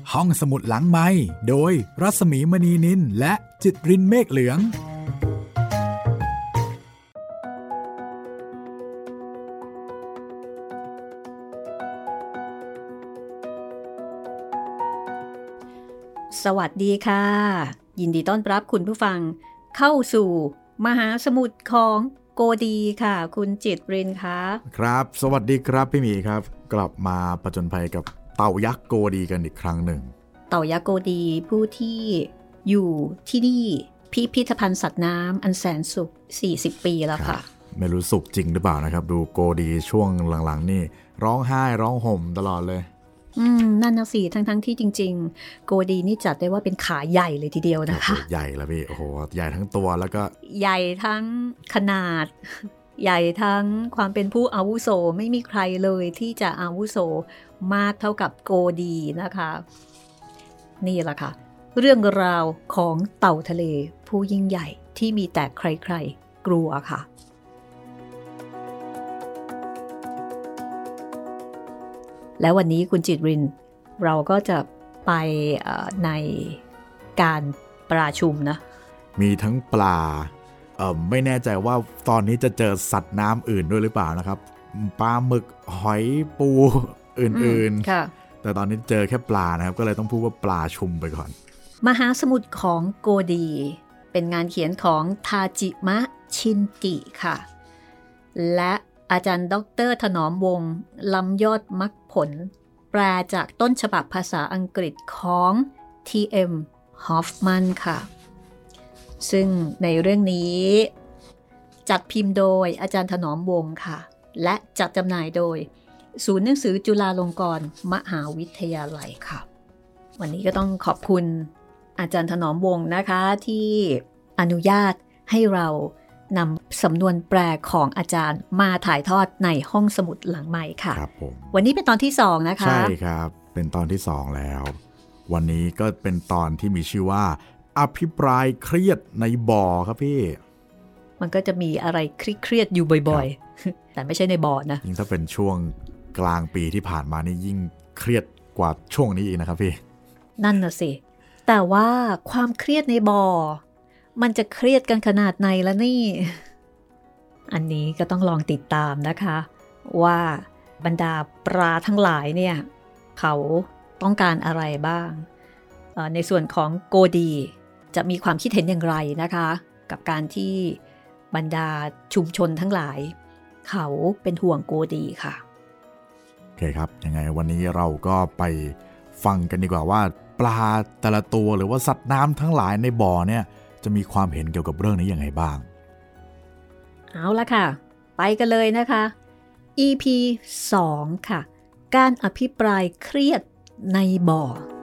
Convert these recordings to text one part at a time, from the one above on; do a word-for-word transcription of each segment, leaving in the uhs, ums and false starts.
ห้องสมุดหลังไมค์โดยรัศมีมณีนินและจิตรินเมฆเหลืองสวัสดีค่ะยินดีต้อนรับคุณผู้ฟังเข้าสู่มหาสมุทรของโกดีค่ะคุณจิตรินคะครับสวัสดีครับพี่หมีครับกลับมาผจญภัยกับเต่ายักษ์โกดีกันอีกครั้งหนึ่งเต่ายักษ์โกดีผู้ที่อยู่ที่นี่พิพิธภัณฑ์สัตว์น้ำอันแสนสุขสี่สิบปีแล้วค่ะไม่รู้สุขจริงหรือเปล่านะครับดูโกดีช่วงหลังๆนี่ร้องไห้ร้องห่มตลอดเลยอืมนั่นนะสิทั้งทั้งที่จริงๆโกดีนี่จัดได้ว่าเป็นขาใหญ่เลยทีเดียวนะคะใหญ่แล้วพี่โอ้โหใหญ่ทั้งตัวแล้วก็ใหญ่ทั้งขนาดใหญ่ทั้งความเป็นผู้อาวุโสไม่มีใครเลยที่จะอาวุโสมากเท่ากับโกดีนะคะนี่แหละค่ะเรื่องราวของเต่าทะเลผู้ยิ่งใหญ่ที่มีแต่ใครๆกลัวค่ะแล้ววันนี้คุณจิตรินเราก็จะไปในการประชุมนะมีทั้งปลาเอ่อไม่แน่ใจว่าตอนนี้จะเจอสัตว์น้ำอื่นด้วยหรือเปล่านะครับปลาหมึกหอยปูอื่นๆค่ะแต่ตอนนี้เจอแค่ปลานะครับก็เลยต้องพูดว่าปลาชุมไปก่อนมหาสมุทรของโกดีเป็นงานเขียนของทาจิมะชินกิค่ะและอาจารย์ดร.ถนอมวงศ์ล้ำยอดมรรคผลแปลจากต้นฉบับภาษาอังกฤษของ ที เอ็ม Hoffman ค่ะซึ่งในเรื่องนี้จัดพิมพ์โดยอาจารย์ถนอมวงศ์ค่ะและจัดจำหน่ายโดยศูนย์หนังสือจุฬาลงกรณ์มหาวิทยาลัยค่ะวันนี้ก็ต้องขอบคุณอาจารย์ถนอมวงศ์นะคะที่อนุญาตให้เรานำสำนวนแปลของอาจารย์มาถ่ายทอดในห้องสมุดหลังไมค์ค่ะครับผมวันนี้เป็นตอนที่สองนะคะใช่ครับเป็นตอนที่สองแล้ววันนี้ก็เป็นตอนที่มีชื่อว่าอภิปรายเครียดในบ่อครับพี่มันก็จะมีอะไรเครียดๆอยู่บ่อยๆแต่ไม่ใช่ในบ่อนะยิ่งถ้าเป็นช่วงกลางปีที่ผ่านมานี่ยิ่งเครียดกว่าช่วงนี้อีกนะครับพี่นั่นน่ะสิแต่ว่าความเครียดในบ่อมันจะเครียดกันขนาดไหนล่ะนี่อันนี้ก็ต้องลองติดตามนะคะว่าบรรดาปลาทั้งหลายเนี่ยเขาต้องการอะไรบ้างในส่วนของโกดีจะมีความคิดเห็นอย่างไรนะคะกับการที่บรรดาชุมชนทั้งหลายเขาเป็นห่วงโกดีค่ะโอเคครับยังไงวันนี้เราก็ไปฟังกันดีกว่าว่าปลาแต่ละตัวหรือว่าสัตว์น้ำทั้งหลายในบ่อเนี่ยจะมีความเห็นเกี่ยวกับเรื่องนี้ยังไงบ้างเอาละค่ะไปกันเลยนะคะ อี พี สอง ค่ะการอภิปรายเครียดในบ่อ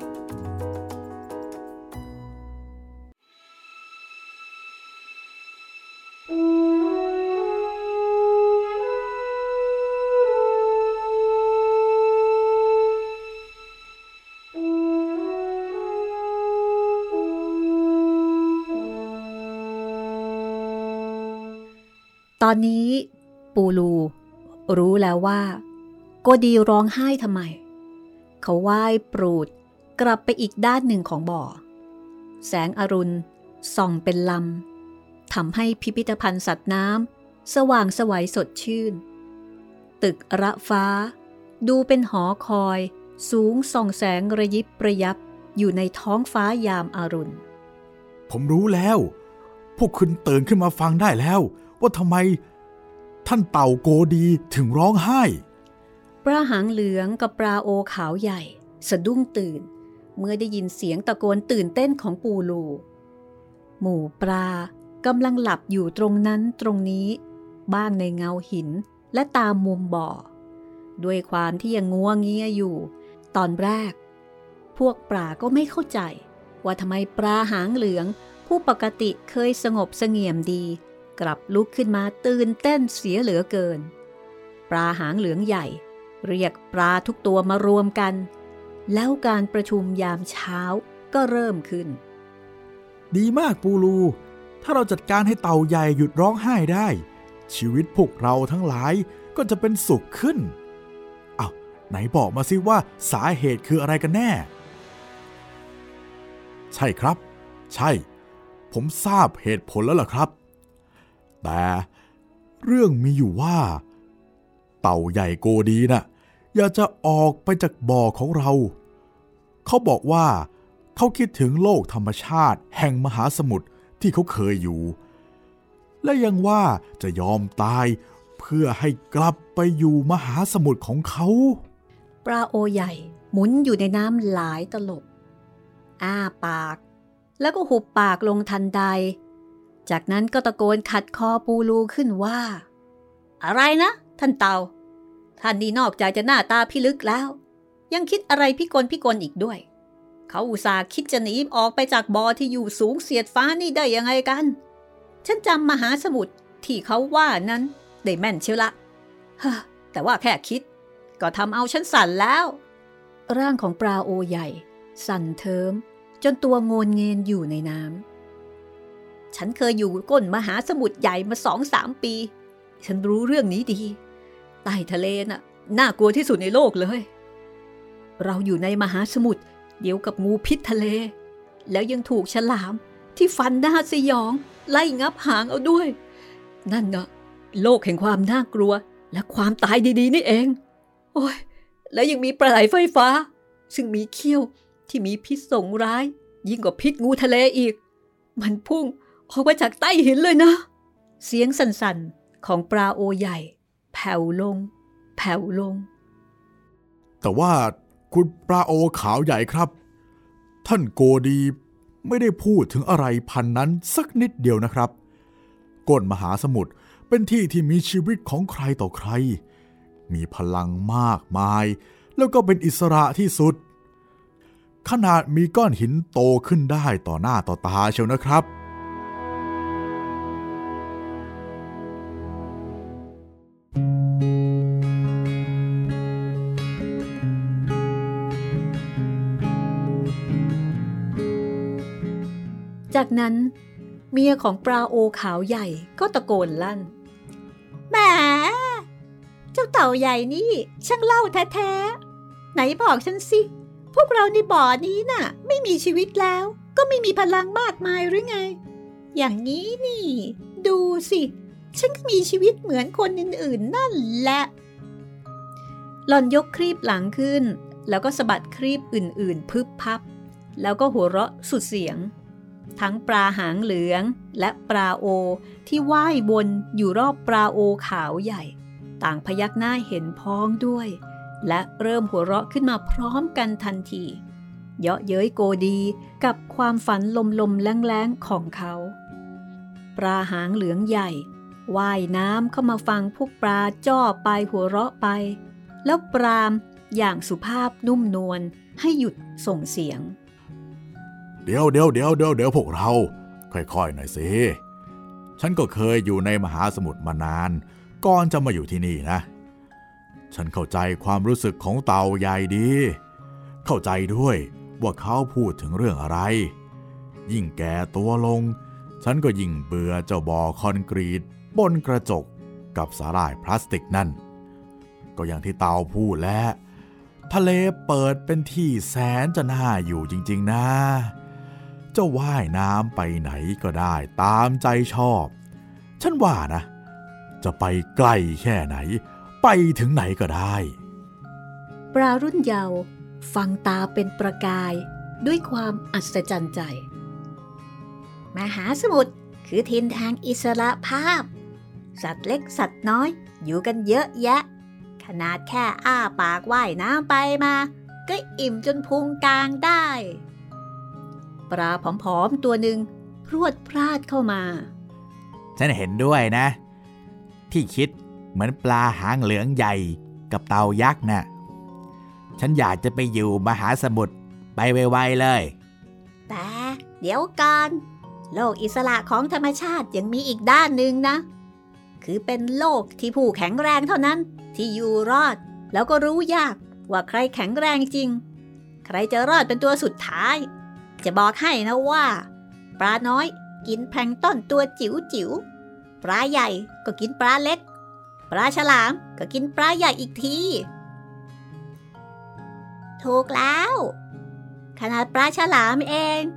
ตอนนี้ปูลูรู้แล้วว่าโกดีร้องไห้ทำไมเขาว่ายปรูดกลับไปอีกด้านหนึ่งของบ่อแสงอรุณส่องเป็นลำทำให้พิพิธภัณฑ์สัตว์น้ำสว่างไสวสดชื่นตึกระฟ้าดูเป็นหอคอยสูงส่องแสงระยิบระยับอยู่ในท้องฟ้ายามอรุณผมรู้แล้วพวกคุณตื่นขึ้นมาฟังได้แล้วว่าทำไมท่านเต่าโกดีถึงร้องไห้ปลาหางเหลืองกับปลาโอขาวใหญ่สะดุ้งตื่นเมื่อได้ยินเสียงตะโกนตื่นเต้นของปูลูหมู่ปลากำลังหลับอยู่ตรงนั้นตรงนี้บ้างในเงาหินและตามมุมบ่อด้วยความที่ยังงัวเงียอยู่ตอนแรกพวกปลาก็ไม่เข้าใจว่าทำไมปลาหางเหลืองผู้ปกติเคยสงบเสงี่ยมดีกลับลุกขึ้นมาตื่นเต้นเสียเหลือเกินปลาหางเหลืองใหญ่เรียกปลาทุกตัวมารวมกันแล้วการประชุมยามเช้าก็เริ่มขึ้นดีมากปูลูถ้าเราจัดการให้เต่าใหญ่หยุดร้องไห้ได้ชีวิตพวกเราทั้งหลายก็จะเป็นสุขขึ้นอ้าวไหนบอกมาสิว่าสาเหตุคืออะไรกันแน่ใช่ครับใช่ผมทราบเหตุผลแล้วล่ะครับแต่เรื่องมีอยู่ว่าเต่าใหญ่โกดีน่ะอยากจะออกไปจากบ่อของเราเขาบอกว่าเขาคิดถึงโลกธรรมชาติแห่งมหาสมุทรที่เขาเคยอยู่และยังว่าจะยอมตายเพื่อให้กลับไปอยู่มหาสมุทรของเขาปลาโอใหญ่หมุนอยู่ในน้ำหลายตลบอ้าปากแล้วก็หุบปากลงทันใดจากนั้นก็ตะโกนขัดคอปูรูขึ้นว่าอะไรนะท่านเต่าท่านนี่นอกจากจะหน้าตาพิลึกแล้วยังคิดอะไรพิกลพิกลอีกด้วยเขาอุตส่าห์คิดจะหนีออกไปจากบ่อที่อยู่สูงเสียดฟ้านี่ได้ยังไงกันฉันจำมหาสมุทรที่เขาว่านั้นได้แม่นเชียวละเฮ้อแต่ว่าแค่คิดก็ทำเอาฉันสั่นแล้วร่างของปลาโอใหญ่สั่นเทิมจนตัวโงนเงินอยู่ในน้ำฉันเคยอยู่ก้นมหาสมุทรใหญ่มาสองสามปีฉันรู้เรื่องนี้ดีใต้ทะเลน่ะน่ากลัวที่สุดในโลกเลยเราอยู่ในมหาสมุทรเดียวกับงูพิษทะเลแล้วยังถูกฉลามที่ฟันหน้าสยองไล่งับหางเอาด้วยนั่นน่ะโลกแห่งความน่ากลัวและความตายดีๆนี่เองโอ้ยแล้วยังมีปลาไหลไฟฟ้าซึ่งมีเขี้ยวที่มีพิษส่งร้ายยิ่งกว่าพิษงูทะเลอีกมันพุ่งออกมาจากใต้หินเลยนะเสียงสั่นๆของปลาโอใหญ่แผ่วลงแผ่วลงแต่ว่าคุณปลาโอขาวใหญ่ครับท่านโกดีไม่ได้พูดถึงอะไรพันนั้นสักนิดเดียวนะครับก้นมหาสมุทรเป็นที่ที่มีชีวิตของใครต่อใครมีพลังมากมายแล้วก็เป็นอิสระที่สุดขนาดมีก้อนหินโตขึ้นได้ต่อหน้าต่อตาเชียวนะครับจากนั้นเมียของปลาโอขาวใหญ่ก็ตะโกนลั่นแหมเจ้าเต่าใหญ่นี่ช่างเล่าแท้ๆไหนบอกฉันสิพวกเราในบ่อนี้น่ะไม่มีชีวิตแล้วก็ไม่มีพลังมากมายหรือไงอย่างนี้นี่ดูสิฉันก็มีชีวิตเหมือนคนอื่นๆนั่นแหละหล่อนยกครีบหลังขึ้นแล้วก็สะบัดครีบอื่นๆพึบพับแล้วก็หัวเราะสุดเสียงทั้งปลาหางเหลืองและปลาโอที่ว่ายวนอยู่รอบปลาโอขาวใหญ่ต่างพยักหน้าเห็นพ้องด้วยและเริ่มหัวเราะขึ้นมาพร้อมกันทันทีเยาะเย้ยโกดีกับความฝันลมๆแล้งๆของเขาปลาหางเหลืองใหญ่ว่ายน้ำเข้ามาฟังพวกปลาจ้อไปหัวเราะไปแล้วปรามอย่างสุภาพนุ่มนวลให้หยุดส่งเสียงเดี๋ยวเดี๋ยวเดี๋ยวเดี๋ยวเดี๋ยวพวกเราค่อยๆหน่อยสิฉันก็เคยอยู่ในมหาสมุทรมานานก่อนจะมาอยู่ที่นี่นะฉันเข้าใจความรู้สึกของเต่าใหญ่ดีเข้าใจด้วยว่าเขาพูดถึงเรื่องอะไรยิ่งแก่ตัวลงฉันก็ยิ่งเบื่อเจ้าบ่อคอนกรีตบนกระจกกับสาหร่ายพลาสติกนั่นก็อย่างที่เต่าพูดแล้วทะเลเปิดเป็นที่แสนจะน่าอยู่จริงๆนะจะว่ายน้ำไปไหนก็ได้ตามใจชอบฉันว่านะจะไปไกลแค่ไหนไปถึงไหนก็ได้ปลารุ่นเยาว์ฟังตาเป็นประกายด้วยความอัศจรรย์ใจมหาสมุทรคือถิ่นแห่งอิสระภาพสัตว์เล็กสัตว์น้อยอยู่กันเยอะแยะขนาดแค่อ้าปากว่ายน้ำไปมาก็อิ่มจนพุงกลางได้ปลาผอมๆตัวหนึ่งพรวดพลาดเข้ามาฉันเห็นด้วยนะที่คิดเหมือนปลาหางเหลืองใหญ่กับเต่ายักษ์น่ะฉันอยากจะไปอยู่มหาสมุทรไปไวๆเลยแต่เดี๋ยวก่อนโลกอิสระของธรรมชาติยังมีอีกด้านหนึ่งนะคือเป็นโลกที่ผู้แข็งแรงเท่านั้นที่อยู่รอดแล้วก็รู้ยากว่าใครแข็งแรงจริงใครจะรอดเป็นตัวสุดท้ายจะบอกให้นะว่าปลาน้อยกินแพลงก์ต้นตัวจิ๋วจิ๋วปลาใหญ่ก็กินปลาเล็กปลาฉลามก็กินปลาใหญ่อีกทีถูกแล้วขนาดปลาฉลามเอง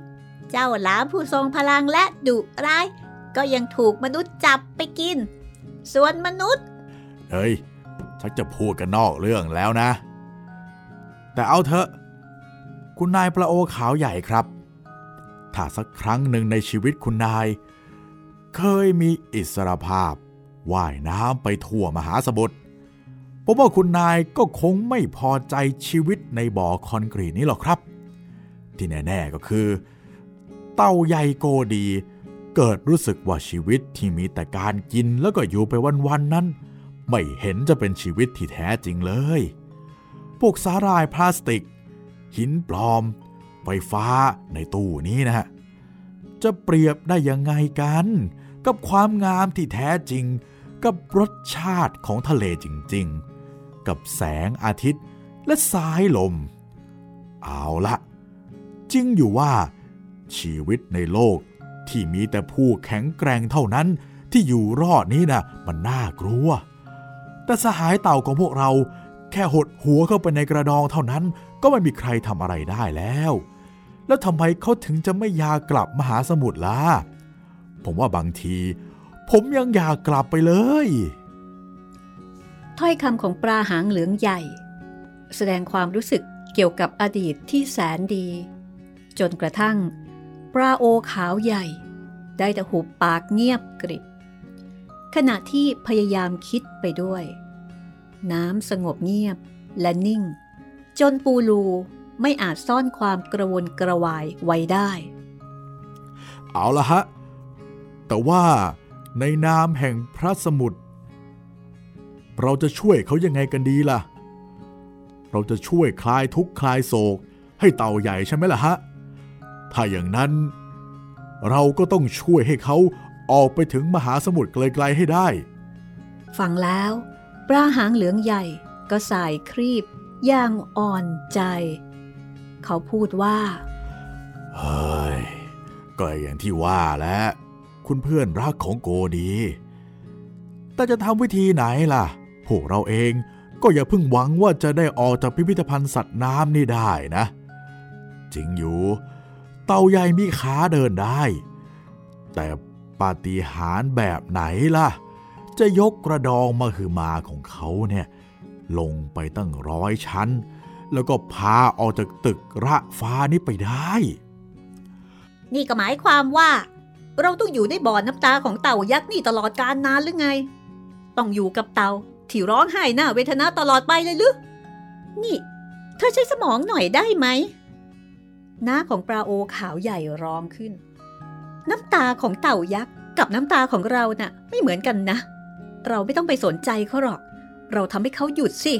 เจ้าหลามผู้ทรงพลังและดุร้ายก็ยังถูกมนุษย์จับไปกินส่วนมนุษย์เฮ้ยชักจะพูดกันนอกเรื่องแล้วนะแต่เอาเถอะคุณนายปลาโอขาวใหญ่ครับถ้าสักครั้งหนึ่งในชีวิตคุณนายเคยมีอิสรภาพว่ายน้ำไปทั่วมหาสมุทรผมว่าคุณนายก็คงไม่พอใจชีวิตในบ่อคอนกรีตนี้หรอกครับที่แน่ๆก็คือเต่าใหญ่โกดีเกิดรู้สึกว่าชีวิตที่มีแต่การกินแล้วก็อยู่ไปวันๆนั้นไม่เห็นจะเป็นชีวิตที่แท้จริงเลยพวกสาหร่ายพลาสติกหินปลอมไฟฟ้าในตู้นี้นะฮะจะเปรียบได้ยังไงกันกับความงามที่แท้จริงกับรสชาติของทะเลจริงๆกับแสงอาทิตย์และสายลมเอาละจริงอยู่ว่าชีวิตในโลกที่มีแต่ผู้แข็งแกร่งเท่านั้นที่อยู่รอดนี้นะมันน่ากลัวแต่สหายเต่าของพวกเราแค่หดหัวเข้าไปในกระดองเท่านั้นก็ไม่มีใครทำอะไรได้แล้วแล้วทำไมเขาถึงจะไม่อยากกลับมหาสมุทรล่ะผมว่าบางทีผมยังอยากกลับไปเลยถ้อยคำของปลาหางเหลืองใหญ่แสดงความรู้สึกเกี่ยวกับอดีตที่แสนดีจนกระทั่งปลาโอขาวใหญ่ได้แต่หุบปากเงียบกริบขณะที่พยายามคิดไปด้วยน้ำสงบเงียบและนิ่งจนปูลูไม่อาจซ่อนความกระวนกระวายไว้ได้เอาละฮะแต่ว่าในนามแห่งพระสมุทรเราจะช่วยเขายังไงกันดีล่ะเราจะช่วยคลายทุกข์คลายโศกให้เต่าใหญ่ใช่ไหมล่ะฮะถ้าอย่างนั้นเราก็ต้องช่วยให้เขาออกไปถึงมหาสมุทรไกลๆให้ได้ฟังแล้วปลาหางเหลืองใหญ่ก็สายครีบอย่างอ่อนใจเขาพูดว่าเฮ้ยก็อย่างที่ว่าแล้วคุณเพื่อนรักของโกดีแต่จะทำวิธีไหนล่ะพวกเราเองก็อย่าเพิ่งหวังว่าจะได้ออกจากพิพิธภัณฑ์สัตว์น้ำนี่ได้นะจริงอยู่เต่าใหญ่มีขาเดินได้แต่ปาฏิหาริย์แบบไหนล่ะจะยกกระดองมหึมาของเขาเนี่ยลงไปตั้งร้อยชั้นแล้วก็พาออกจากตึกระฟ้านี้ไปได้นี่ก็หมายความว่าเราต้องอยู่ในบ่อน้ำตาของเต่ายักษ์นี่ตลอดกาลนานหรือไงต้องอยู่กับเต่าที่ร้องไห้หน้าเวทนาตลอดไปเลยหรือนี่เธอใช้สมองหน่อยได้ไหมหน้าของปลาโอขาวใหญ่ร้องขึ้นน้ำตาของเต่ายักษ์กับน้ำตาของเราน่ะไม่เหมือนกันนะเราไม่ต้องไปสนใจเขาหรอกเราทำให้เขาหยุดสิ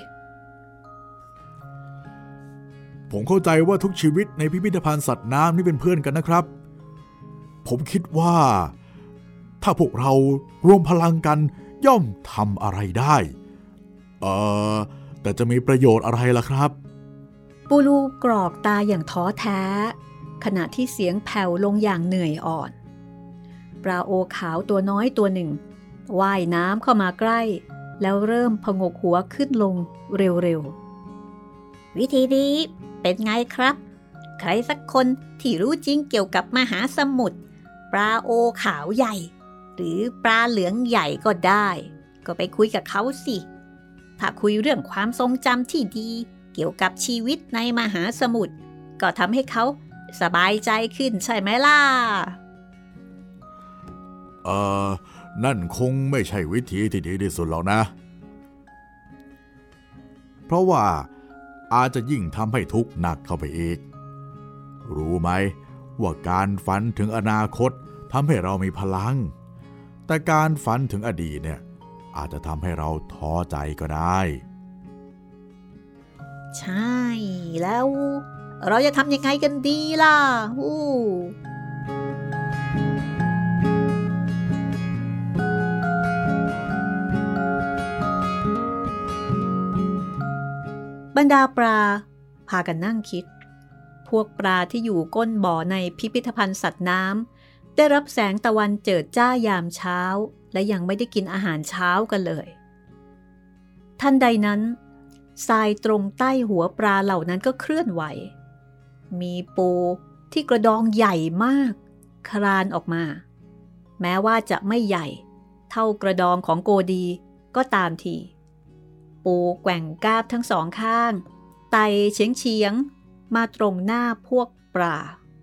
ผมเข้าใจว่าทุกชีวิตในพิพิธภัณฑ์สัตว์น้ำนี่เป็นเพื่อนกันนะครับผมคิดว่าถ้าพวกเรารวมพลังกันย่อมทำอะไรได้เออแต่จะมีประโยชน์อะไรล่ะครับปูลูกรอกตาอย่างท้อแท้ขณะที่เสียงแผ่วลงอย่างเหนื่อยอ่อนปลาโอขาวตัวน้อยตัวหนึ่งว่ายน้ำเข้ามาใกล้แล้วเริ่มผงกหัวขึ้นลงเร็วๆวิธีนี้เป็นไงครับใครสักคนที่รู้จริงเกี่ยวกับมหาสมุทรปลาโอขาวใหญ่หรือปลาเหลืองใหญ่ก็ได้ก็ไปคุยกับเขาสิถ้าคุยเรื่องความทรงจำที่ดีเกี่ยวกับชีวิตในมหาสมุทรก็ทำให้เขาสบายใจขึ้นใช่ไหมล่ะเออนั่นคงไม่ใช่วิธีที่ดีที่สุดหรอกนะเพราะว่าอาจจะยิ่งทำให้ทุกข์หนักเข้าไปอีกรู้ไหมว่าการฝันถึงอนาคตทำให้เรามีพลังแต่การฝันถึงอดีตเนี่ยอาจจะทำให้เราท้อใจก็ได้ใช่แล้วเราจะทำยังไงกันดีล่ะฮู้บรรดาปลาพากันนั่งคิดพวกปลาที่อยู่ก้นบ่อในพิพิธภัณฑ์สัตว์น้ำได้รับแสงตะวันเจิดจ้ายามเช้าและยังไม่ได้กินอาหารเช้ากันเลยทันใดนั้นทรายตรงใต้หัวปลาเหล่านั้นก็เคลื่อนไหวมีปูที่กระดองใหญ่มากคลานออกมาแม้ว่าจะไม่ใหญ่เท่ากระดองของโกดีก็ตามทีปูแกว่งกาบทั้งสองข้างไต่เฉียงเฉียงมาตรงหน้าพวกปลา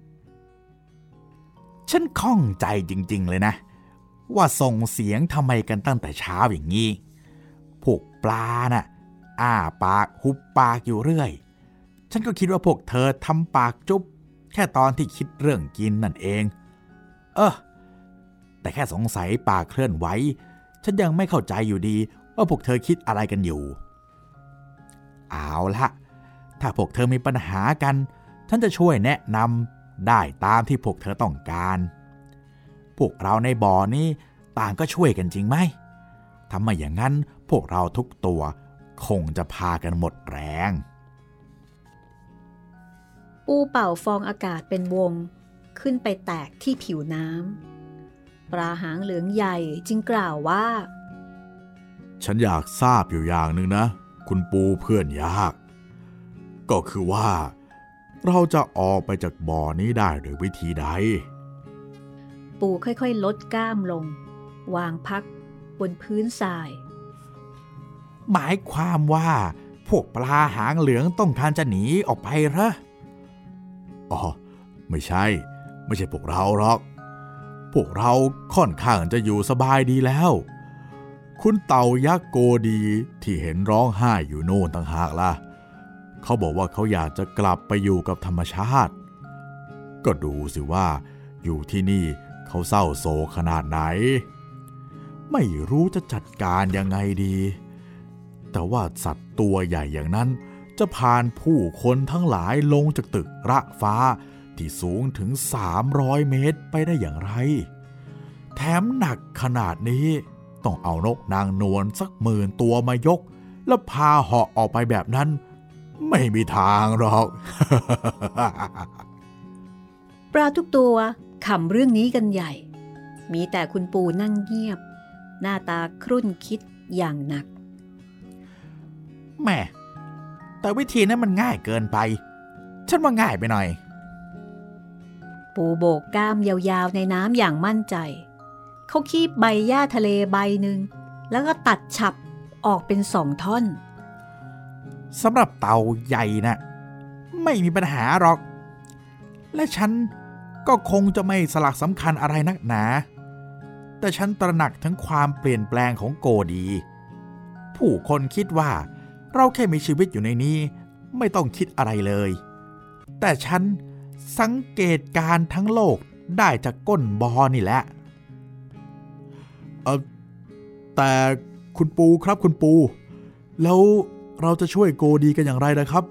ฉันข้องใจจริงๆเลยนะว่าส่งเสียงทำไมกันตั้งแต่เช้าอย่างนี้พวกปลาน่ะอ้าปากหุบปากอยู่เรื่อยฉันก็คิดว่าพวกเธอทำปากจุ๊บแค่ตอนที่คิดเรื่องกินนั่นเองเออแต่แค่สงสัยปากเคลื่อนไหวฉันยังไม่เข้าใจอยู่ดีว่าพวกเธอคิดอะไรกันอยู่เอาละถ้าพวกเธอมีปัญหากันฉันจะช่วยแนะนำได้ตามที่พวกเธอต้องการพวกเราในบ่อนี้ต่างก็ช่วยกันจริงไหมทำไมอย่างนั้นพวกเราทุกตัวคงจะพากันหมดแรงปูเป่าฟองอากาศเป็นวงขึ้นไปแตกที่ผิวน้ำปลาหางเหลืองใหญ่จึงกล่าวว่าฉันอยากทราบอยู่อย่างหนึ่งนะคุณปูเพื่อนยากก็คือว่าเราจะออกไปจากบ่อนี้ได้โดยวิธีใดปูค่อยๆลดกล้ามลงวางพักบนพื้นทรายหมายความว่าพวกปลาหางเหลืองต้องการจะหนีออกไปเหรออ๋อไม่ใช่ไม่ใช่พวกเราหรอกพวกเราค่อนข้างจะอยู่สบายดีแล้วคุณเต่ายักษ์โกดีที่เห็นร้องไห้อยู่โน่นต่างหากล่ะเขาบอกว่าเขาอยากจะกลับไปอยู่กับธรรมชาติก็ดูสิว่าอยู่ที่นี่เขาเศร้าโศกขนาดไหนไม่รู้จะจัดการยังไงดีแต่ว่าสัตว์ตัวใหญ่อย่างนั้นจะพาผู้คนทั้งหลายลงจากตึกระฟ้าที่สูงถึงสามร้อยเมตรไปได้อย่างไรแถมหนักขนาดนี้ต้องเอานกนางนวลสักหมื่นตัวมายกแล้วพาเหาะออกไปแบบนั้นไม่มีทางหรอกปลาทุกตัวขำเรื่องนี้กันใหญ่มีแต่คุณปูนั่งเงียบหน้าตาครุ่นคิดอย่างหนักแม่แต่วิธีนั้นมันง่ายเกินไปฉันว่าง่ายไปหน่อยปูโบกกล้ามยาวๆในน้ำอย่างมั่นใจเขาคีบใบหญ้าทะเลใบหนึ่งแล้วก็ตัดฉับออกเป็นสองท่อนสำหรับเต่าใหญ่นะไม่มีปัญหาหรอกและฉันก็คงจะไม่สลักสำคัญอะไรนักหนาแต่ฉันตระหนักถึงความเปลี่ยนแปลงของโกดีผู้คนคิดว่าเราแค่มีชีวิตอยู่ในนี้ไม่ต้องคิดอะไรเลยแต่ฉันสังเกตการทั้งโลกได้จากก้นบ่อนี่แหละเออแต่คุณปูครับคุณปูแล้วเราจะช่วยโกดีกันอย่างไรนะครับ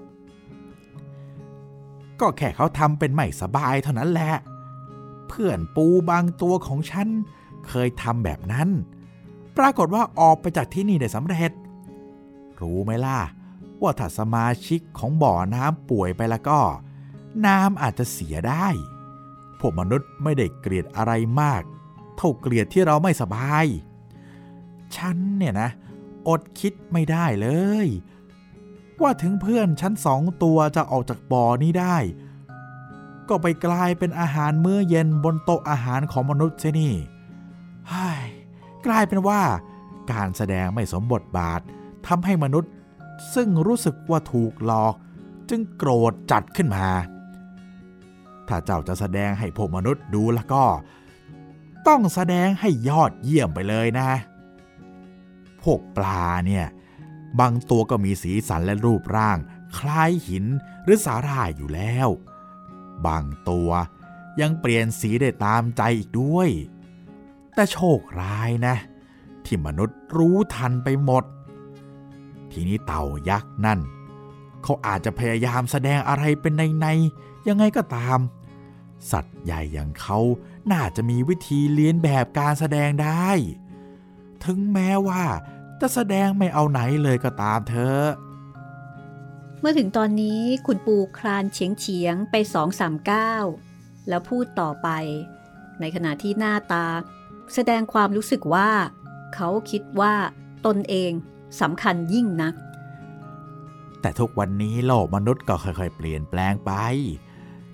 ก็แค่เขาทำเป็นไม่สบายเท่านั้นแหละเพื่อนปูบางตัวของฉันเคยทำแบบนั้นปรากฏว่าออกไปจากที่นี่ได้สำเร็จรู้ไหมล่ะว่าถ้าสมาชิกของบ่อน้ำป่วยไปแล้วก็น้ำอาจจะเสียได้พวกมนุษย์ไม่ได้เกลียดอะไรมากเท่าเกลียดที่เราไม่สบายฉันเนี่ยนะอดคิดไม่ได้เลยว่าถึงเพื่อนฉันสองตัวจะออกจากบ่อนี้ได้ก็ไปกลายเป็นอาหารมื้อเย็นบนโต๊ะอาหารของมนุษย์เสียนี่กลายเป็นว่าการแสดงไม่สมบทบาททำให้มนุษย์ซึ่งรู้สึกว่าถูกหลอกจึงโกรธจัดขึ้นมาถ้าเจ้าจะแสดงให้พวกมนุษย์ดูแล้วก็ต้องแสดงให้ยอดเยี่ยมไปเลยนะพวกปลาเนี่ยบางตัวก็มีสีสันและรูปร่างคล้ายหินหรือสาหร่ายอยู่แล้วบางตัวยังเปลี่ยนสีได้ตามใจอีกด้วยแต่โชคร้ายนะที่มนุษย์รู้ทันไปหมดทีนี้เต่ายักษ์นั่นเขาอาจจะพยายามแสดงอะไรเป็นในๆยังไงก็ตามสัตว์ใหญ่อย่างเขาน่าจะมีวิธีเลียนแบบการแสดงได้ถึงแม้ว่าจะแสดงไม่เอาไหนเลยก็ตามเถอะเมื่อถึงตอนนี้คุณปูคลานเฉียงเฉียงไปสองสามก้าวแล้วพูดต่อไปในขณะที่หน้าตาแสดงความรู้สึกว่าเขาคิดว่าตนเองสำคัญยิ่งนักแต่ทุกวันนี้โลกมนุษย์ก็ค่อยๆเปลี่ยนแปลงไป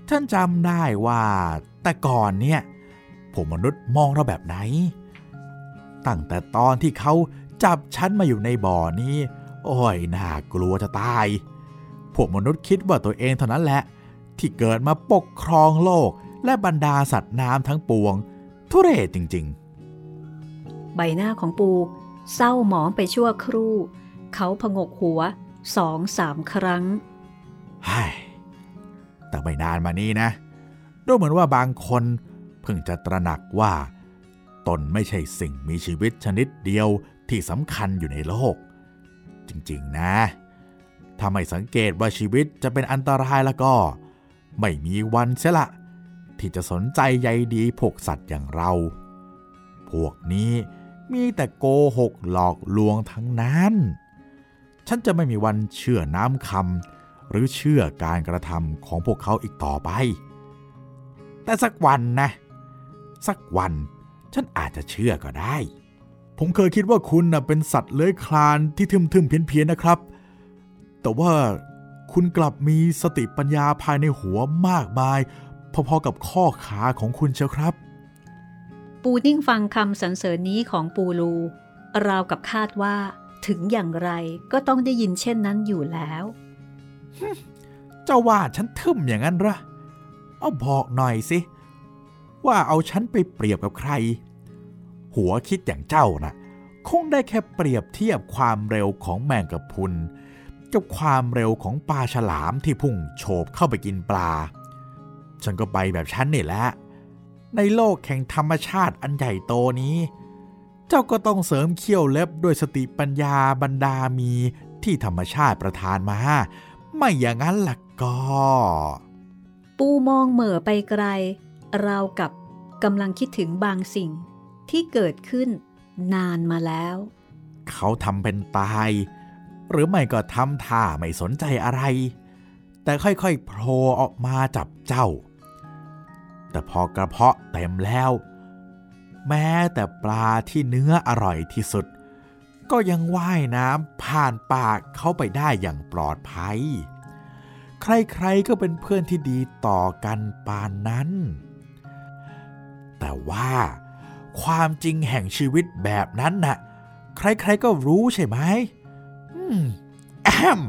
ท่านจำได้ว่าแต่ก่อนเนี่ยพวกมนุษย์มองเราแบบไหนตั้งแต่ตอนที่เขาจับฉันมาอยู่ในบ่อนี้โอ้ยน่ากลัวจะตายพวกมนุษย์คิดว่าตัวเองเท่านั้นแหละที่เกิดมาปกครองโลกและบรรดาสัตว์น้ำทั้งปวงทุเรศจริงๆใบหน้าของปูเศร้าหมองไปชั่วครู่เขาผงกหัวสองสามครั้งไฮ้แต่ไม่นานมานี้นะดูเหมือนว่าบางคนเพิ่งจะตระหนักว่าตนไม่ใช่สิ่งมีชีวิตชนิดเดียวที่สำคัญอยู่ในโลกจริงๆนะถ้าไม่สังเกตว่าชีวิตจะเป็นอันตรายแล้วก็ไม่มีวันเสียละที่จะสนใจใยดีพวกสัตว์อย่างเราพวกนี้มีแต่โกหกหลอกลวงทั้งนั้นฉันจะไม่มีวันเชื่อน้ำคำหรือเชื่อการกระทำของพวกเขาอีกต่อไปแต่สักวันนะสักวันฉันอาจจะเชื่อก็ได้ผมเคยคิดว่าคุณน่ะเป็นสัตว์เลื้อยคลานที่ทึมๆเพี้ยนๆนะครับแต่ว่าคุณกลับมีสติปัญญาภายในหัวมากมายพอๆกับข้อขาของคุณเชียวครับปูนิ่งฟังคำสรรเสริญนี้ของปูรูราวกับคาดว่าถึงอย่างไรก็ต้องได้ยินเช่นนั้นอยู่แล้วเจ้าว่าฉันทึ่มอย่างนั้นเหรอเอาบอกหน่อยสิว่าเอาฉันไปเปรียบกับใครหัวคิดอย่างเจ้านะคงได้แค่เปรียบเทียบความเร็วของแมงกะพรุนกับความเร็วของปลาฉลามที่พุ่งโฉบเข้าไปกินปลาฉันก็ไปแบบฉันนี่แหละในโลกแห่งธรรมชาติอันใหญ่โตนี้เจ้าก็ต้องเสริมเขี้ยวเล็บด้วยสติปัญญาบรรดามีที่ธรรมชาติประทานมาไม่อย่างนั้นล่ะก็ปูมองเหม่อไปไกลราวกับกำลังคิดถึงบางสิ่งที่เกิดขึ้นนานมาแล้วเขาทำเป็นตายหรือไม่ก็ทำท่าไม่สนใจอะไรแต่ค่อยๆโผล่ออกมาจับเจ้าแต่พอกระเพาะเต็มแล้วแม้แต่ปลาที่เนื้ออร่อยที่สุดก็ยังว่ายน้ำผ่านปากเข้าไปได้อย่างปลอดภัยใครๆก็เป็นเพื่อนที่ดีต่อกันปานนั้นแต่ว่าความจริงแห่งชีวิตแบบนั้นน่ะใครๆก็รู้ใช่ไหมอืมแอม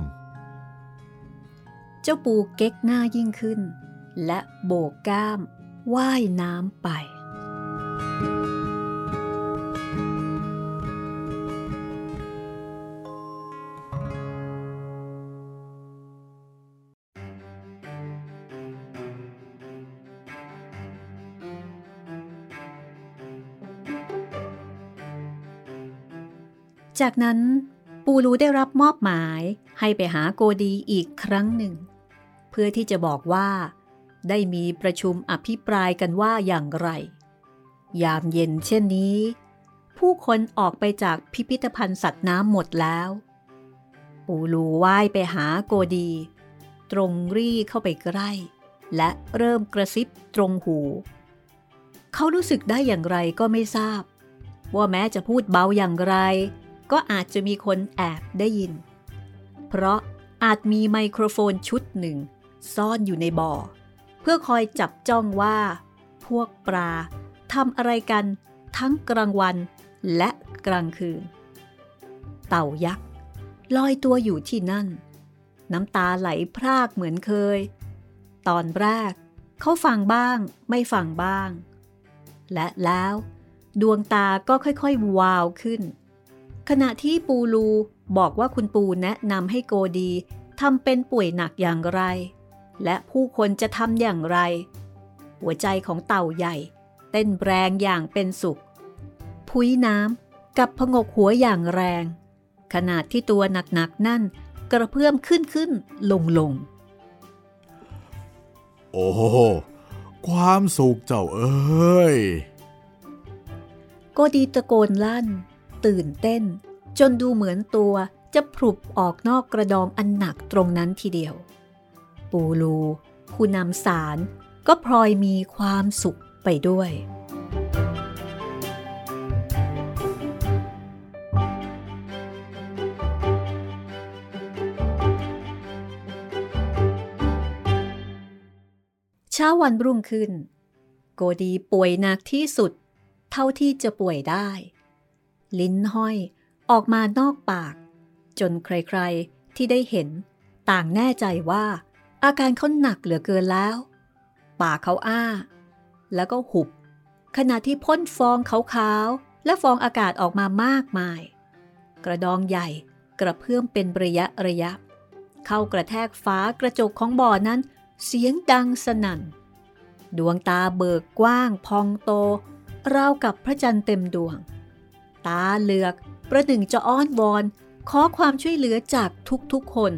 เจ้าปูเก๊กหน้ายิ่งขึ้นและโบกกล้ามว่ายน้ำไปจากนั้นปูรูได้รับมอบหมายให้ไปหาโกดีอีกครั้งหนึ่งเพื่อที่จะบอกว่าได้มีประชุมอภิปรายกันว่าอย่างไรยามเย็นเช่นนี้ผู้คนออกไปจากพิพิธภัณฑ์สัตว์น้ำหมดแล้วปูรูว่ายไปหาโกดีตรงรี่เข้าไปใกล้และเริ่มกระซิบตรงหูเขารู้สึกได้อย่างไรก็ไม่ทราบว่าแม้จะพูดเบาอย่างไรก็อาจจะมีคนแอบได้ยินเพราะอาจมีไมโครโฟนชุดหนึ่งซ่อนอยู่ในบ่อเพื่อคอยจับจ้องว่าพวกปลาทำอะไรกันทั้งกลางวันและกลางคืนเต่ายักษ์ลอยตัวอยู่ที่นั่นน้ำตาไหลพรากเหมือนเคยตอนแรกเขาฟังบ้างไม่ฟังบ้างและแล้วดวงตาก็ค่อยๆวาวขึ้นขณะที่ปูรูบอกว่าคุณปูแนะนำให้โกดีทำเป็นป่วยหนักอย่างไรและผู้คนจะทำอย่างไรหัวใจของเต่าใหญ่เต้นแรงอย่างเป็นสุขพุ้ยน้ำกับผงกหัวอย่างแรงขณะที่ตัวหนักๆนั่นกระเพื่อมขึ้นขึ้นลงลงโอ้ความสุขเจ้าเอ้ยโกดีตะโกนลั่นตื่นเต้นจนดูเหมือนตัวจะพลุบออกนอกกระดองอันหนักตรงนั้นทีเดียวปูรูผู้นำสารก็พลอยมีความสุขไปด้วยเช้าวันรุ่งขึ้นโกดีป่วยหนักที่สุดเท่าที่จะป่วยได้ลิ้นห้อยออกมานอกปากจนใครๆที่ได้เห็นต่างแน่ใจว่าอาการเขาหนักเหลือเกินแล้วปากเขาอ้าแล้วก็หุบขณะที่พ่นฟองขาวๆและฟองอากาศออกมามากมายกระดองใหญ่กระเพื่อมเป็นระยะระยะเข้ากระแทกฝากระจกของบ่อนั้นเสียงดังสนั่นดวงตาเบิกกว้างพองโตราวกับพระจันทร์เต็มดวงตาเหลือกประหนึ่งจะอ้อนวอนขอความช่วยเหลือจากทุกๆคน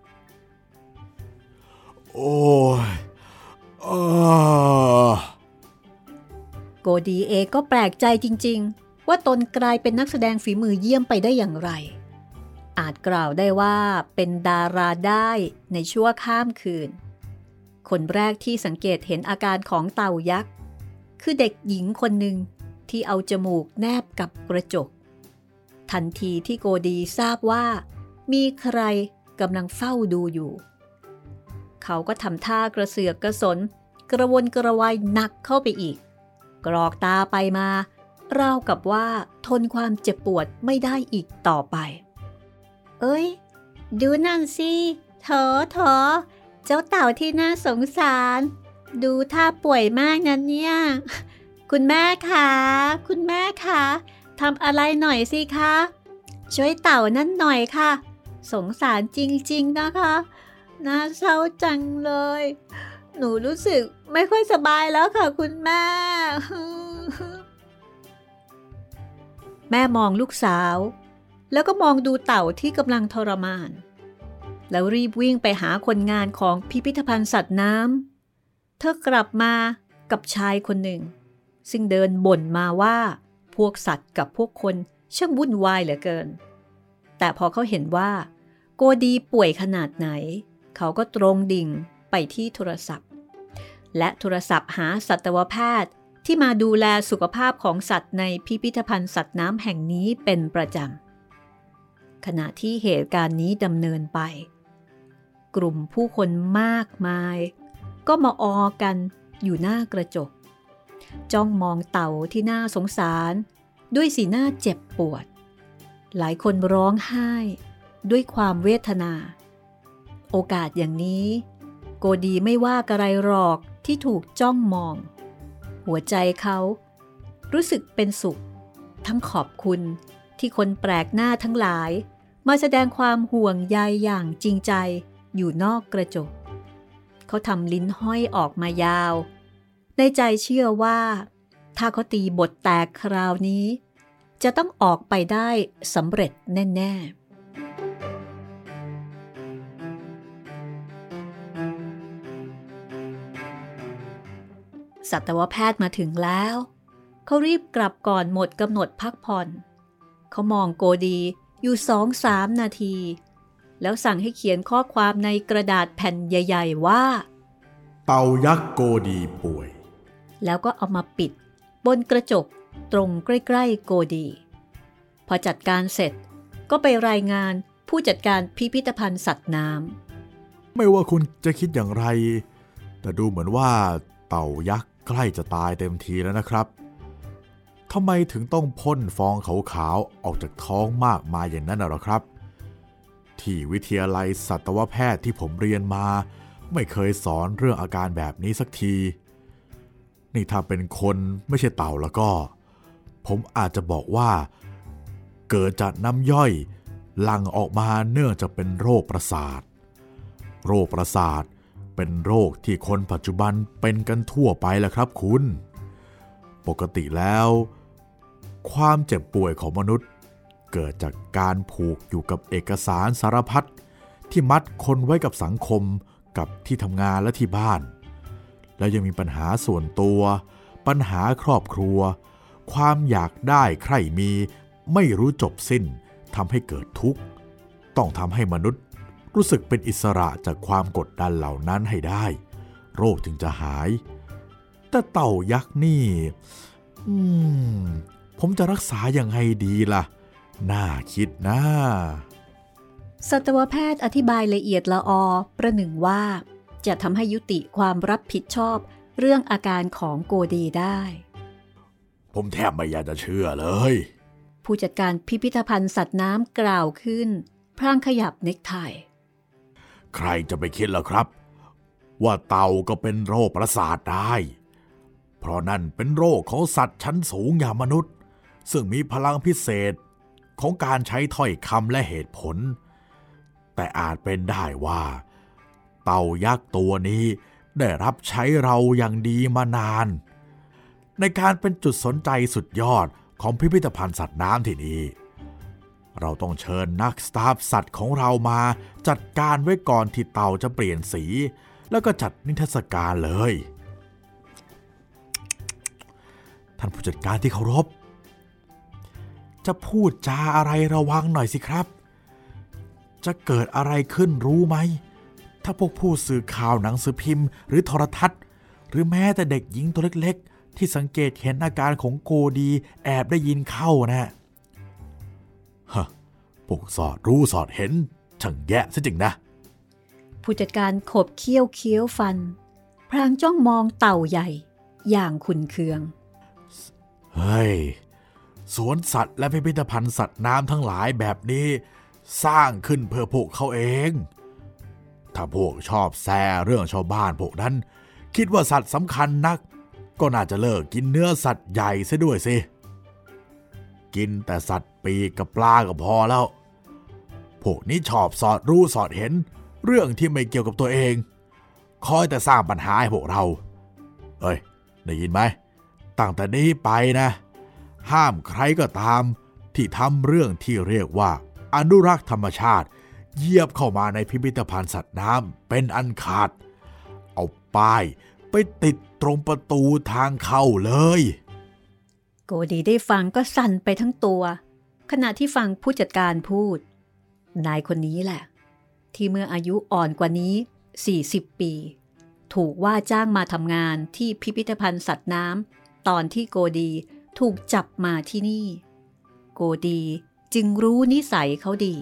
โอ้ยอ้าโกดีเอก็แปลกใจจริงๆว่าตนกลายเป็นนักแสดงฝีมือเยี่ยมไปได้อย่างไรอาจกล่าวได้ว่าเป็นดาราได้ในชั่วข้ามคืนคนแรกที่สังเกตเห็นอาการของเต่ายักษ์คือเด็กหญิงคนหนึ่งที่เอาจมูกแนบกับกระจกทันทีที่โกดีทราบว่ามีใครกำลังเฝ้าดูอยู่เขาก็ทำท่ากระเสือกกระสนกระวนกระวายหนักเข้าไปอีกกรอกตาไปมาราวกับว่าทนความเจ็บปวดไม่ได้อีกต่อไปเอ้ยดูนั่นสิเถอเถอเจ้าเต่าที่น่าสงสารดูท่าป่วยมากนั้นเนี่ยคุณแม่คะคุณแม่คะทำอะไรหน่อยสิคะช่วยเต่านั่นหน่อยค่ะสงสารจริงๆนะคะน่าเศร้าจังเลยหนูรู้สึกไม่ค่อยสบายแล้วค่ะคุณแม่แม่มองลูกสาวแล้วก็มองดูเต่าที่กำลังทรมานแล้วรีบวิ่งไปหาคนงานของพิพิธภัณฑ์สัตว์น้ำเธอกลับมากับชายคนหนึ่งซึ่งเดินบ่นมาว่าพวกสัตว์กับพวกคนช่างวุ่นวายเหลือเกินแต่พอเขาเห็นว่าโกดีป่วยขนาดไหนเขาก็ตรงดิ่งไปที่โทรศัพท์และโทรศัพท์หาสัตวแพทย์ที่มาดูแลสุขภาพของสัตว์ในพิพิธภัณฑ์สัตว์น้ำแห่งนี้เป็นประจำขณะที่เหตุการณ์นี้ดำเนินไปกลุ่มผู้คนมากมายก็มาออกันอยู่หน้ากระจกจ้องมองเต่าที่น่าสงสารด้วยสีหน้าเจ็บปวดหลายคนร้องไห้ด้วยความเวทนาโอกาสอย่างนี้โกดีไม่ว่ากระไรหรอกที่ถูกจ้องมองหัวใจเขารู้สึกเป็นสุขทั้งขอบคุณที่คนแปลกหน้าทั้งหลายมาแสดงความห่วงใยอย่างจริงใจอยู่นอกกระจกเขาทำลิ้นห้อยออกมายาวในใจเชื่อว่าถ้าเขาตีบทแตกคราวนี้จะต้องออกไปได้สำเร็จแน่ๆสัตวแพทย์มาถึงแล้วเขารีบกลับก่อนหมดกำหนดพักผ่อนเขามองโกดีอยู่สองสามนาทีแล้วสั่งให้เขียนข้อความในกระดาษแผ่นใหญ่ๆว่าเต่ายักษ์โกดีป่วยแล้วก็เอามาปิดบนกระจกตรงใกล้ๆโกดีพอจัดการเสร็จก็ไปรายงานผู้จัดการพิพิธภัณฑ์สัตว์น้ำไม่ว่าคุณจะคิดอย่างไรแต่ดูเหมือนว่าเต่ายักษ์ใกล้จะตายเต็มทีแล้วนะครับทำไมถึงต้องพ่นฟองขาวๆออกจากท้องมากมายอย่างนั้นหรอครับที่วิทยาลัยสัตวแพทย์ที่ผมเรียนมาไม่เคยสอนเรื่องอาการแบบนี้สักทีนี่ถ้าเป็นคนไม่ใช่เต่าแล้วก็ผมอาจจะบอกว่าเกิดจากน้ำย่อยหลั่งออกมาเนื่องจากเป็นโรคประสาทโรคประสาทเป็นโรคที่คนปัจจุบันเป็นกันทั่วไปแหละครับคุณปกติแล้วความเจ็บป่วยของมนุษย์เกิดจากการผูกอยู่กับเอกสารสารพัดที่มัดคนไว้กับสังคมกับที่ทำงานและที่บ้านแล้วยังมีปัญหาส่วนตัวปัญหาครอบครัวความอยากได้ใคร่มีไม่รู้จบสิ้นทำให้เกิดทุกข์ต้องทำให้มนุษย์รู้สึกเป็นอิสระจากความกดดันเหล่านั้นให้ได้โรคจึงจะหายแต่เต่ายักษ์นี่อืมผมจะรักษาอย่างไรดีล่ะน่าคิดนะสัตวแพทย์อธิบายละเอียดละออประหนึ่งว่าจะทำให้ยุติความรับผิดชอบเรื่องอาการของโกดีได้ผมแทบไม่อยากจะเชื่อเลยผู้จัดการพิพิธภัณฑ์สัตว์น้ำกล่าวขึ้นพลางขยับเน็กไทใครจะไปคิดล่ะครับว่าเต่าก็เป็นโรคประสาทได้เพราะนั่นเป็นโรคของสัตว์ชั้นสูงอย่างมนุษย์ซึ่งมีพลังพิเศษของการใช้ถ้อยคำและเหตุผลแต่อาจเป็นได้ว่าเต่ายักษ์ตัวนี้ได้รับใช้เราอย่างดีมานานในการเป็นจุดสนใจสุดยอดของพิพิธภัณฑ์สัตว์น้ำที่นี่เราต้องเชิญนักสตาฟสัตว์ของเรามาจัดการไว้ก่อนที่เต่าจะเปลี่ยนสีแล้วก็จัดนิทรรศการเลยท่านผู้จัดการที่เคารพจะพูดจาอะไรระวังหน่อยสิครับจะเกิดอะไรขึ้นรู้ไหมถ้าพวกผู้สื่อข่าวหนังสือพิมพ์หรือโทรทัศน์หรือแม้แต่เด็กหญิงตัวเล็กๆที่สังเกตเห็นอาการของโกดีแอบได้ยินเข้านะฮะพวกสอดรู้สอดเห็นช่างแย่ซะจริงนะผู้จัดการขบเคี้ยวเคี้ยวฟันพลางจ้องมองเต่าใหญ่อย่างขุ่นเคืองเฮ้ยสวนสัตว์และพิพิธภัณฑ์สัตว์น้ำทั้งหลายแบบนี้สร้างขึ้นเพื่อพวกเขาเองถ้าพวกชอบแซ่เรื่องชาวบ้านพวกนั้นคิดว่าสัตว์สำคัญนักก็น่าจะเลิกกินเนื้อสัตว์ใหญ่ซะด้วยสิกินแต่สัตว์ปีกกับปลาก็พอแล้วพวกนี้ชอบสอดรู้สอดเห็นเรื่องที่ไม่เกี่ยวกับตัวเองคอยแต่สร้างปัญหาให้พวกเราเอ้ยได้ยินไหมตั้งแต่นี้ไปนะห้ามใครก็ตามที่ทำเรื่องที่เรียกว่าอนุรักษ์ธรรมชาติเหยียบเข้ามาในพิพิธภัณฑ์สัตว์น้ำเป็นอันขาดเอาป้ายไปติดตรงประตูทางเข้าเลยโกดีได้ฟังก็สั่นไปทั้งตัวขณะที่ฟังผู้จัดการพูดนายคนนี้แหละที่เมื่ออายุอ่อนกว่านี้สี่สิบปีถูกว่าจ้างมาทำงานที่พิพิธภัณฑ์สัตว์น้ำตอนที่โกดีถูกจับมาที่นี่โกดีจึงรู้นิสัยเขาดี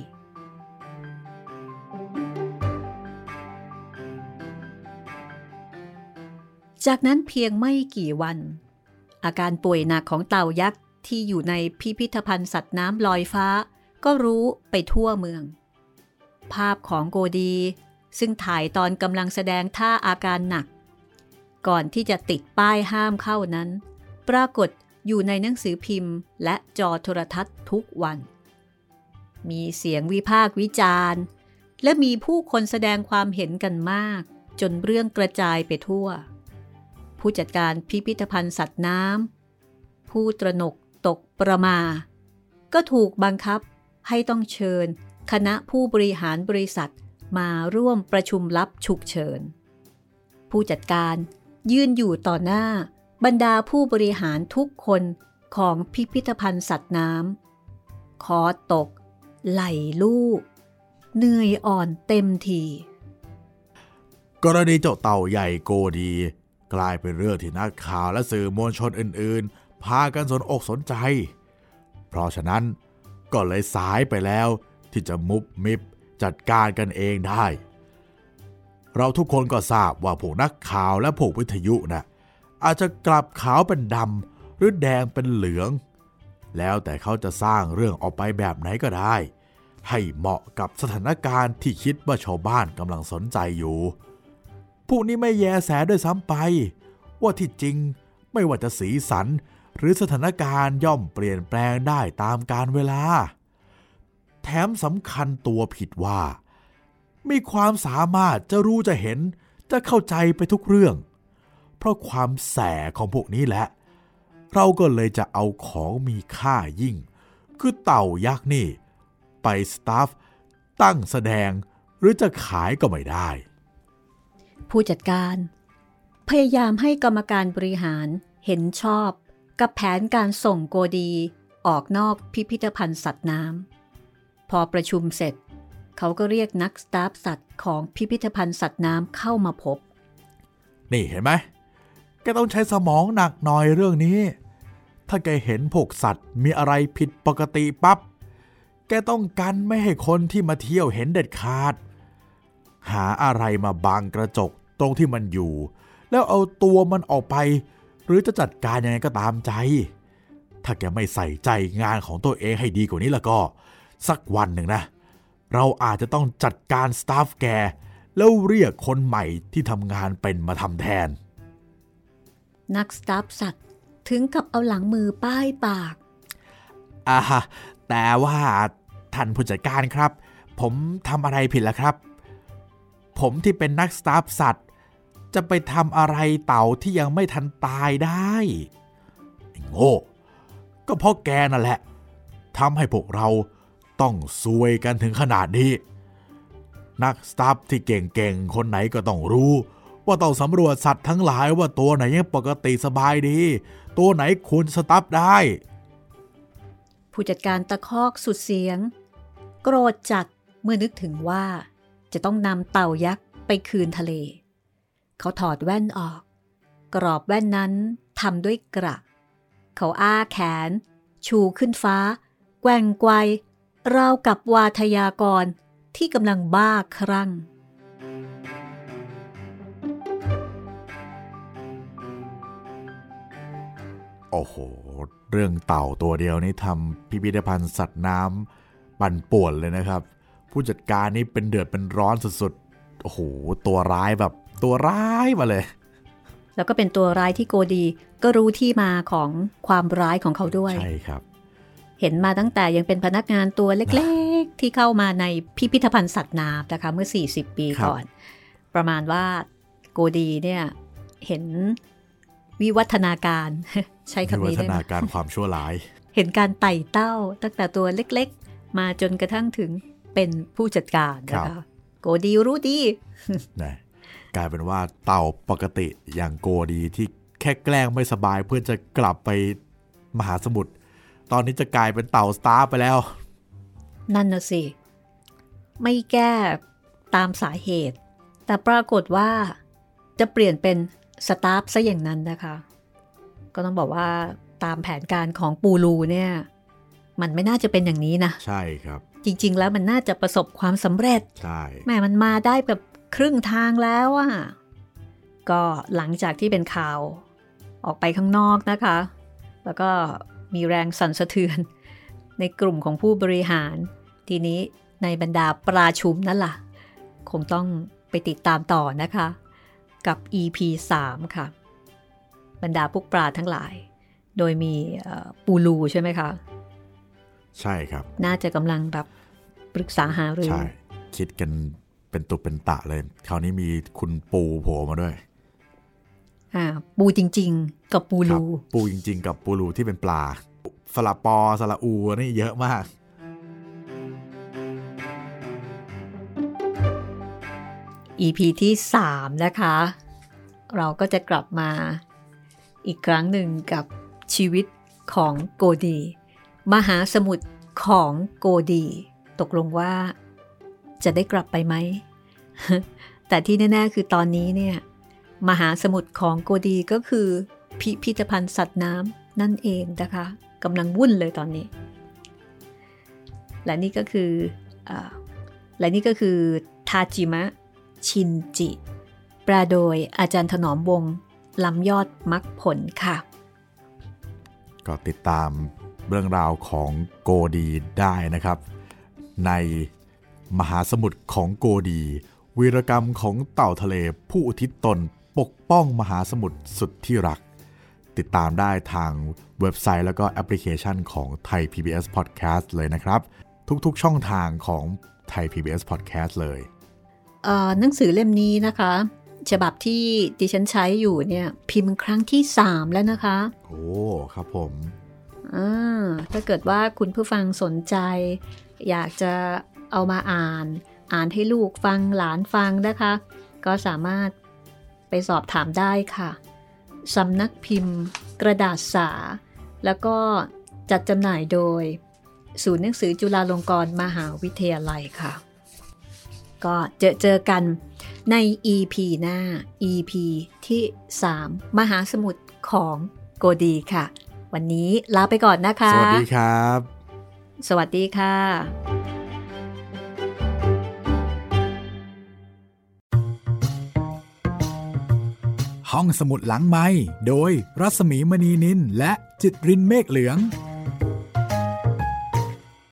จากนั้นเพียงไม่กี่วันอาการป่วยหนักของเต่ายักษ์ที่อยู่ในพิพิธภัณฑ์สัตว์น้ำลอยฟ้าก็รู้ไปทั่วเมืองภาพของโกดีซึ่งถ่ายตอนกำลังแสดงท่าอาการหนักก่อนที่จะติดป้ายห้ามเข้านั้นปรากฏอยู่ในหนังสือพิมพ์และจอโทรทัศน์ทุกวันมีเสียงวิพากษ์วิจารณ์และมีผู้คนแสดงความเห็นกันมากจนเรื่องกระจายไปทั่วผู้จัดการพิพิธภัณฑ์สัตว์น้ำผู้ตระหนกตกประมาก็ถูกบังคับให้ต้องเชิญคณะผู้บริหารบริษัทมาร่วมประชุมลับฉุกเฉินผู้จัดการยืนอยู่ต่อหน้าบรรดาผู้บริหารทุกคนของพิพิธภัณฑ์สัตว์น้ำคอตกไหล่ลูกเหนื่อยอ่อนเต็มทีกรณีเจ้าเต่าใหญ่โกดีกลายเป็นเรื่องที่นักข่าวและสื่อมวลชนอื่นๆพากันสนอกสนใจเพราะฉะนั้นก็เลยสายไปแล้วที่จะมุบมิบจัดการกันเองได้เราทุกคนก็ทราบว่าพวกนักข่าวและพวกวิทยุนะอาจจะกลับขาวเป็นดำหรือแดงเป็นเหลืองแล้วแต่เขาจะสร้างเรื่องออกไปแบบไหนก็ได้ให้เหมาะกับสถานการณ์ที่คิดว่าชาวบ้านกำลังสนใจอยู่พวกนี้ไม่แยแสด้วยซ้ำไปว่าที่จริงไม่ว่าจะสีสันหรือสถานการณ์ย่อมเปลี่ยนแปลงได้ตามกาลเวลาแถมสำคัญตัวผิดว่ามีความสามารถจะรู้จะเห็นจะเข้าใจไปทุกเรื่องเพราะความแสของพวกนี้แหละเราก็เลยจะเอาของมีค่ายิ่งคือเต่ายักษ์นี่ไปสตาฟตั้งแสดงหรือจะขายก็ไม่ได้ผู้จัดการพยายามให้กรรมการบริหารเห็นชอบกับแผนการส่งโกดีออกนอกพิพิธภัณฑ์สัตว์น้ำพอประชุมเสร็จเขาก็เรียกนักสตาฟสัตว์ของพิพิธภัณฑ์สัตว์น้ำเข้ามาพบนี่เห็นไหมแกต้องใช้สมองหนักหน่อยเรื่องนี้ถ้าแกเห็นพวกสัตว์มีอะไรผิดปกติปั๊บแกต้องกันไม่ให้คนที่มาเที่ยวเห็นเด็ดขาดหาอะไรมาบังกระจกตรงที่มันอยู่แล้วเอาตัวมันออกไปหรือจะจัดการยังไงก็ตามใจถ้าแกไม่ใส่ใจงานของตัวเองให้ดีกว่านี้แล้วก็สักวันหนึ่งนะเราอาจจะต้องจัดการสตาฟแกแล้วเรียกคนใหม่ที่ทำงานเป็นมาทำแทนนักสตาฟสัตว์ถึงกับเอาหลังมือป้ายปากอ่าแต่ว่าท่านผู้จัดการครับผมทำอะไรผิดล่ะครับผมที่เป็นนักสตาฟสัตว์จะไปทำอะไรเต่าที่ยังไม่ทันตายได้ไอ้โง่ก็เพราะแกนั่นแหละทำให้พวกเราต้องซวยกันถึงขนาดนี้นักสตาฟที่เก่งๆคนไหนก็ต้องรู้ว่าต้องสำรวจสัตว์ทั้งหลายว่าตัวไหนยังปกติสบายดีตัวไหนควรสตาฟได้ผู้จัดการตะคอกสุดเสียงโกรธจัดเมื่อนึกถึงว่าจะต้องนำเต่ายักษ์ไปคืนทะเลเขาถอดแว่นออกกรอบแว่นนั้นทำด้วยกระเขาอ้าแขนชูขึ้นฟ้าแกว่งไกวราวกับวาทยากรที่กำลังบ้าคลั่งโอ้โหเรื่องเต่าตัวเดียวนี้ทำพิพิธภัณฑ์สัตว์น้ำปั่นป่วนเลยนะครับผู้จัดการนี่เป็นเดือดเป็นร้อนสุดๆโอ้โหตัวร้ายแบบตัวร้ายมาเลยแล้วก็เป็นตัวร้ายที่โกดีก็รู้ที่มาของความร้ายของเขาด้วยใช่ครับเห็นมาตั้งแต่ยังเป็นพนักงานตัวเล็กๆที่เข้ามาในพิพิธภัณฑ์สัตว์น้ำนะคะเมื่อสี่สิบปีก่อนประมาณว่าโกดีเนี่ยเห็นวิวัฒนาการใช้คำนี้ได้ไหมวิวัฒนาการความชั่วร้ายเห็นการไต่เต้าตั้งแต่ตัวเล็กๆมาจนกระทั่งถึงเป็นผู้จัดการนะคะโกดีรู้ดีนะกลายเป็นว่าเต่าปกติอย่างโกดีที่แค่แกล้งไม่สบายเพื่อจะกลับไปมหาสมุทรตอนนี้จะกลายเป็นเต่าสตาร์ไปแล้วนั่นน่ะสิไม่แก้ตามสาเหตุแต่ปรากฏว่าจะเปลี่ยนเป็นสตาร์ซะอย่างนั้นนะคะก็ต้องบอกว่าตามแผนการของปูรูเนี่ยมันไม่น่าจะเป็นอย่างนี้นะใช่ครับจริงๆแล้วมันน่าจะประสบความสำเร็จใช่แม่มันมาได้แบบครึ่งทางแล้วอ่ะก็หลังจากที่เป็นข่าวออกไปข้างนอกนะคะแล้วก็มีแรงสั่นสะเทือนในกลุ่มของผู้บริหารทีนี้ในบรรดาปราชุมนั่นล่ะคงต้องไปติดตามต่อนะคะกับ อี พี สาม ค่ะบรรดาพวกปราทั้งหลายโดยมีปูรูใช่ไหมคะใช่ครับน่าจะกำลังแบบปรึกษาหารือใช่คิดกันเป็นตุเป็นตะเลยคราวนี้มีคุณปูโผล่มาด้วยอ่าปูจริงๆกับปูรูปูจริงๆกับปูรูที่เป็นปลาสระปอสระอูนี่เยอะมากอี พี ที่สามนะคะเราก็จะกลับมาอีกครั้งหนึ่งกับชีวิตของโกดีมหาสมุทรของโกดีตกลงว่าจะได้กลับไปไหม แต่ที่แน่ๆคือตอนนี้เนี่ยมหาสมุทรของโกดีก็คือพิพิธภัณฑ์สัตว์น้ำนั่นเองนะคะกำลังวุ่นเลยตอนนี้และนี่ก็คืออ่าและนี่ก็คือทาจิมะชินจิแปลโดยอาจารย์ถนอมวงศ์ล้ำยอดมรรคผลค่ะก็ติดตามเรื่องราวของโกดีได้นะครับในมหาสมุทรของโกดีวีรกรรมของเต่าทะเลผู้อุทิศตนปกป้องมหาสมุทรสุดที่รักติดตามได้ทางเว็บไซต์แล้วก็แอปพลิเคชันของไทย พี บี เอส Podcast เลยนะครับทุกๆช่องทางของไทย พี บี เอส Podcast เลยเอ่อหนังสือเล่มนี้นะคะฉบับที่ดิฉันใช้อยู่เนี่ยพิมพ์ครั้งที่สามแล้วนะคะโอ้ครับผมอ่าถ้าเกิดว่าคุณผู้ฟังสนใจอยากจะเอามาอ่านอ่านให้ลูกฟังหลานฟังนะคะก็สามารถไปสอบถามได้ค่ะสำนักพิมพ์กระดาษสาแล้วก็จัดจำหน่ายโดยศูนย์หนังสือจุฬาลงกรณ์มหาวิทยาลัยค่ะก็เจอเจอกันใน อี พี หน้า อี พี ที่สามมหาสมุทรของโกดีค่ะวันนี้ลาไปก่อนนะคะสวัสดีครับสวัสดีค่ะห้องสมุดหลังไมค์โดยรัศมีมณีนินและจิตรินเมฆเหลือง